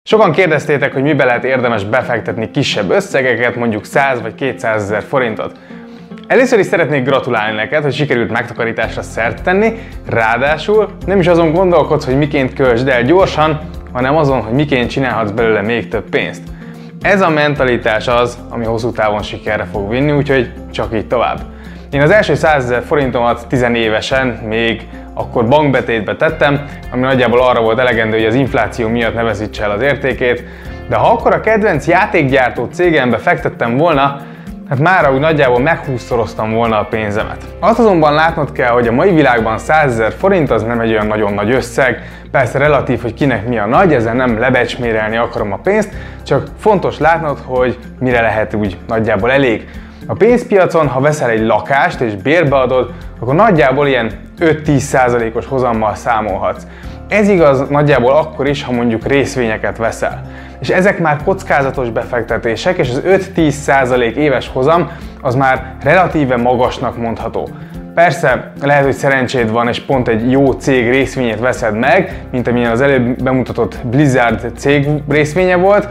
Sokan kérdeztétek, hogy mibe lehet érdemes befektetni kisebb összegeket, mondjuk 100 vagy 200 ezer forintot. Először is szeretnék gratulálni neked, hogy sikerült megtakarításra szert tenni, ráadásul nem is azon gondolkodsz, hogy miként költsd el gyorsan, hanem azon, hogy miként csinálhatsz belőle még több pénzt. Ez a mentalitás az, ami hosszú távon sikerre fog vinni, úgyhogy csak így tovább. Én az első 100 000 forintomat 10 évesen még akkor bankbetétbe tettem, ami nagyjából arra volt elegendő, hogy az infláció miatt ne veszítse el az értékét, de ha akkor a kedvenc játékgyártó cégembe fektettem volna, hát mára úgy nagyjából meghúszszoroztam volna a pénzemet. Azt azonban látnod kell, hogy a mai világban 100 000 forint az nem egy olyan nagyon nagy összeg, persze relatív, hogy kinek mi a nagy, ezzel nem lebecsmérelni akarom a pénzt, csak fontos látnod, hogy mire lehet úgy nagyjából elég. A pénzpiacon, ha veszel egy lakást és bérbe adod, akkor nagyjából ilyen 5-10%-os hozammal számolhatsz. Ez igaz nagyjából akkor is, ha mondjuk részvényeket veszel. És ezek már kockázatos befektetések, és az 5-10% éves hozam az már relatíve magasnak mondható. Persze, lehet, hogy szerencséd van, és pont egy jó cég részvényét veszed meg, mint amilyen az előbb bemutatott Blizzard cég részvénye volt,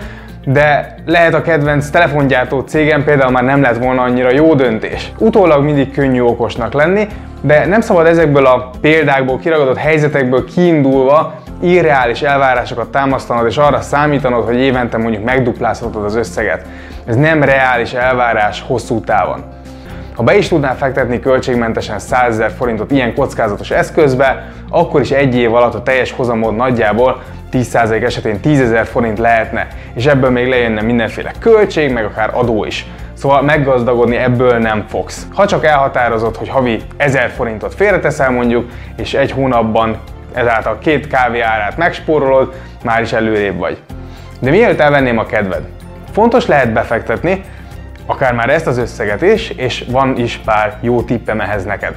de lehet a kedvenc telefongyártó cégem például már nem lett volna annyira jó döntés. Utólag mindig könnyű okosnak lenni, de nem szabad ezekből a példákból, kiragadott helyzetekből kiindulva irreális elvárásokat támasztanod és arra számítanod, hogy évente mondjuk megduplázhatod az összeget. Ez nem reális elvárás hosszú távon. Ha be is tudnál fektetni költségmentesen 100 000 forintot ilyen kockázatos eszközbe, akkor is egy év alatt a teljes hozamod nagyjából 10% esetén 10 000 forint lehetne, és ebből még lejönne mindenféle költség, meg akár adó is. Szóval meggazdagodni ebből nem fogsz. Ha csak elhatározod, hogy havi 1000 forintot félreteszel mondjuk, és egy hónapban ezáltal 2 kávé árát megspórolod, már is előrébb vagy. De mielőtt elvenném a kedved, fontos lehet befektetni, akár már ezt az összeget is, és van is pár jó tippem ehhez neked.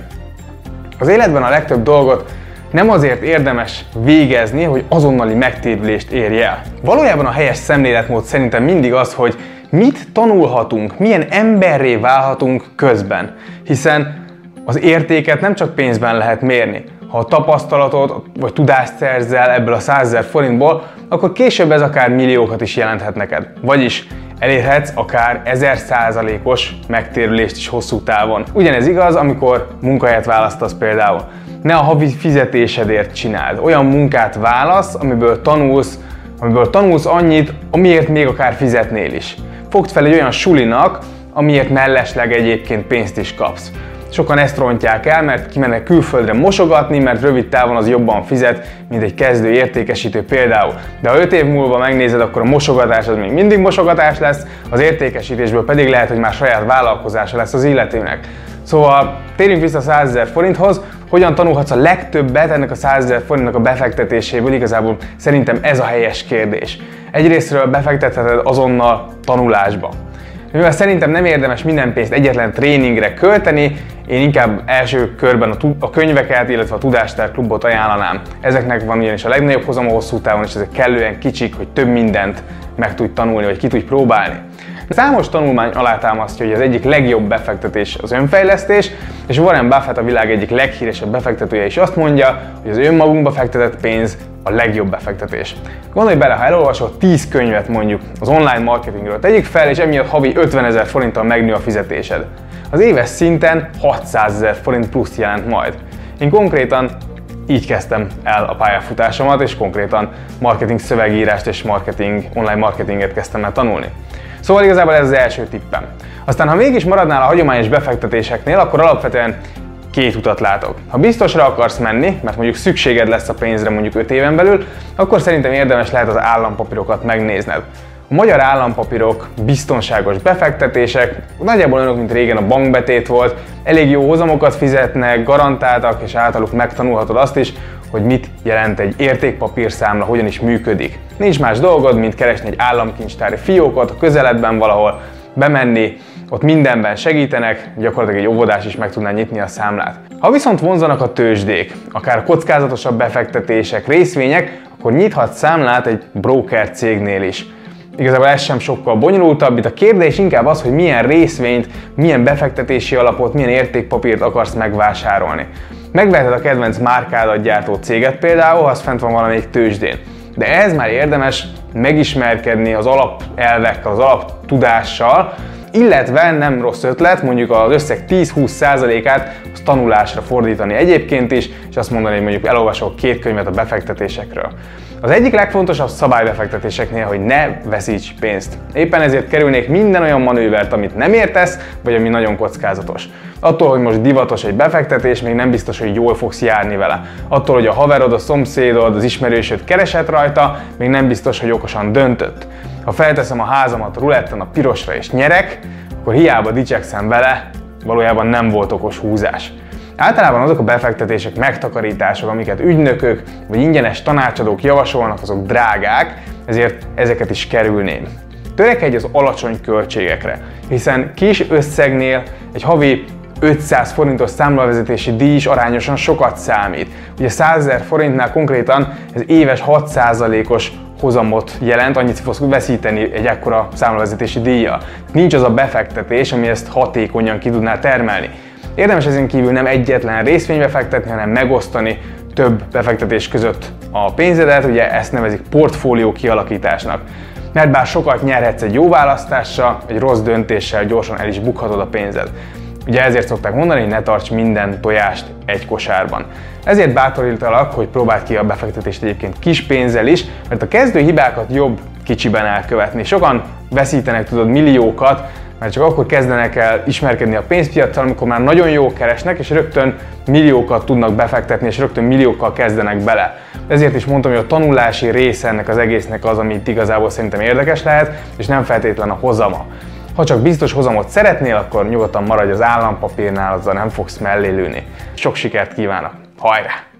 Az életben a legtöbb dolgot nem azért érdemes végezni, hogy azonnali megtérülést érj el. Valójában a helyes szemléletmód szerintem mindig az, hogy mit tanulhatunk, milyen emberré válhatunk közben. Hiszen az értéket nem csak pénzben lehet mérni. Ha a tapasztalatot vagy tudást szerzel ebből a 100 000 forintból, akkor később ez akár milliókat is jelenthet neked. Vagyis elérhetsz akár 1000%-os megtérülést is hosszú távon. Ugyanez igaz, amikor munkahelyet választasz például. Ne a havi fizetésedért csináld. Olyan munkát válasz, amiből tanulsz annyit, amiért még akár fizetnél is. Fogd fel egy olyan sulinak, amiért mellesleg egyébként pénzt is kapsz. Sokan ezt rontják el, mert kimennek külföldre mosogatni, mert rövid távon az jobban fizet, mint egy kezdő értékesítő például. De ha 5 év múlva megnézed, akkor a mosogatás az még mindig mosogatás lesz, az értékesítésből pedig lehet, hogy már saját vállalkozása lesz az illetőnek. Szóval térjünk vissza 100 000 forinthoz, hogyan tanulhatsz a legtöbbet ennek a 100 000 forintnak a befektetéséből, igazából szerintem ez a helyes kérdés. Egyrésztről befektetheted azonnal tanulásba. Mivel szerintem nem érdemes minden pénzt egyetlen tréningre költeni, én inkább első körben a könyveket, illetve a Tudástár klubot ajánlanám. Ezeknek van ugyanis a legnagyobb hozama hosszú távon, és ezek kellően kicsik, hogy több mindent meg tudj tanulni, vagy ki tudj próbálni. Számos tanulmány alátámasztja, hogy az egyik legjobb befektetés az önfejlesztés, és Warren Buffett, a világ egyik leghíresebb befektetője is azt mondja, hogy az önmagunkba fektetett pénz a legjobb befektetés. Gondolj bele, ha elolvasol 10 könyvet mondjuk az online marketingről, tegyük fel, és emiatt havi 50 000 forinttal megnő a fizetésed. Az éves szinten 600 000 forint plusz jelent majd. Én konkrétan így kezdtem el a pályafutásomat, és konkrétan marketing szövegírást és online marketinget kezdtem el tanulni. Szóval igazából ez az első tippem. Aztán ha mégis maradnál a hagyományos befektetéseknél, akkor alapvetően 2 utat látok. Ha biztosra akarsz menni, mert mondjuk szükséged lesz a pénzre mondjuk 5 éven belül, akkor szerintem érdemes lehet az állampapírokat megnézned. A magyar állampapírok biztonságos befektetések, nagyjából olyanok, mint régen a bankbetét volt, elég jó hozamokat fizetnek, garantáltak, és általuk megtanulhatod azt is, hogy mit jelent egy értékpapírszámla, hogyan is működik. Nincs más dolgod, mint keresni egy államkincstári fiókot a közeledben valahol, bemenni, ott mindenben segítenek, gyakorlatilag egy óvodás is meg tudná nyitni a számlát. Ha viszont vonzanak a tőzsdék, akár kockázatosabb befektetések, részvények, akkor nyithatsz számlát egy broker cégnél is. Igazából ez sem sokkal bonyolultabb, itt a kérdés inkább az, hogy milyen részvényt, milyen befektetési alapot, milyen értékpapírt akarsz megvásárolni. Megveheted a kedvenc márkádat gyártó céget például, ha az fent van valamelyik tőzsdén. De ehhez már érdemes megismerkedni az alapelvekkel, az alaptudással, illetve nem rossz ötlet mondjuk az összeg 10-20%-át tanulásra fordítani egyébként is, és azt mondani, hogy mondjuk elolvasok 2 könyvet a befektetésekről. Az egyik legfontosabb szabálybefektetéseknél, hogy ne veszíts pénzt. Éppen ezért kerülnék minden olyan manővert, amit nem értesz, vagy ami nagyon kockázatos. Attól, hogy most divatos egy befektetés, még nem biztos, hogy jól fogsz járni vele. Attól, hogy a haverod, a szomszédod, az ismerősöd keresett rajta, még nem biztos, hogy okosan döntött. Ha felteszem a házamat a ruletten a pirosra és nyerek, akkor hiába dicsekszem vele, valójában nem volt okos húzás. Általában azok a befektetések, megtakarítások, amiket ügynökök vagy ingyenes tanácsadók javasolnak, azok drágák, ezért ezeket is kerülném. Törekedj az alacsony költségekre, hiszen kis összegnél egy havi 500 forintos számlavezetési díj is arányosan sokat számít. Ugye 100 000 forintnál konkrétan ez éves 6%-os hozamot jelent, annyit fogsz veszíteni egy ekkora számlavezetési díjjal. Nincs az a befektetés, ami ezt hatékonyan ki tudná termelni. Érdemes ezen kívül nem egyetlen részvénybe fektetni, hanem megosztani több befektetés között a pénzedet, ugye ezt nevezik portfólió kialakításnak. Mert bár sokat nyerhetsz egy jó választással, egy rossz döntéssel gyorsan el is bukhatod a pénzed. Ugye ezért szokták mondani, hogy ne tarts minden tojást egy kosárban. Ezért bátorítalak, hogy próbáld ki a befektetést egyébként kis pénzzel is, mert a kezdő hibákat jobb kicsiben elkövetni. Sokan veszítenek, tudod, milliókat, mert csak akkor kezdenek el ismerkedni a pénzpiaccal, amikor már nagyon jól keresnek, és rögtön milliókat tudnak befektetni, és rögtön milliókkal kezdenek bele. Ezért is mondtam, hogy a tanulási része ennek az egésznek az, amit igazából szerintem érdekes lehet, és nem feltétlen a hozama. Ha csak biztos hozamot szeretnél, akkor nyugodtan maradj az állampapírnál, azzal nem fogsz mellé lőni. Sok sikert kívánok! Hajrá!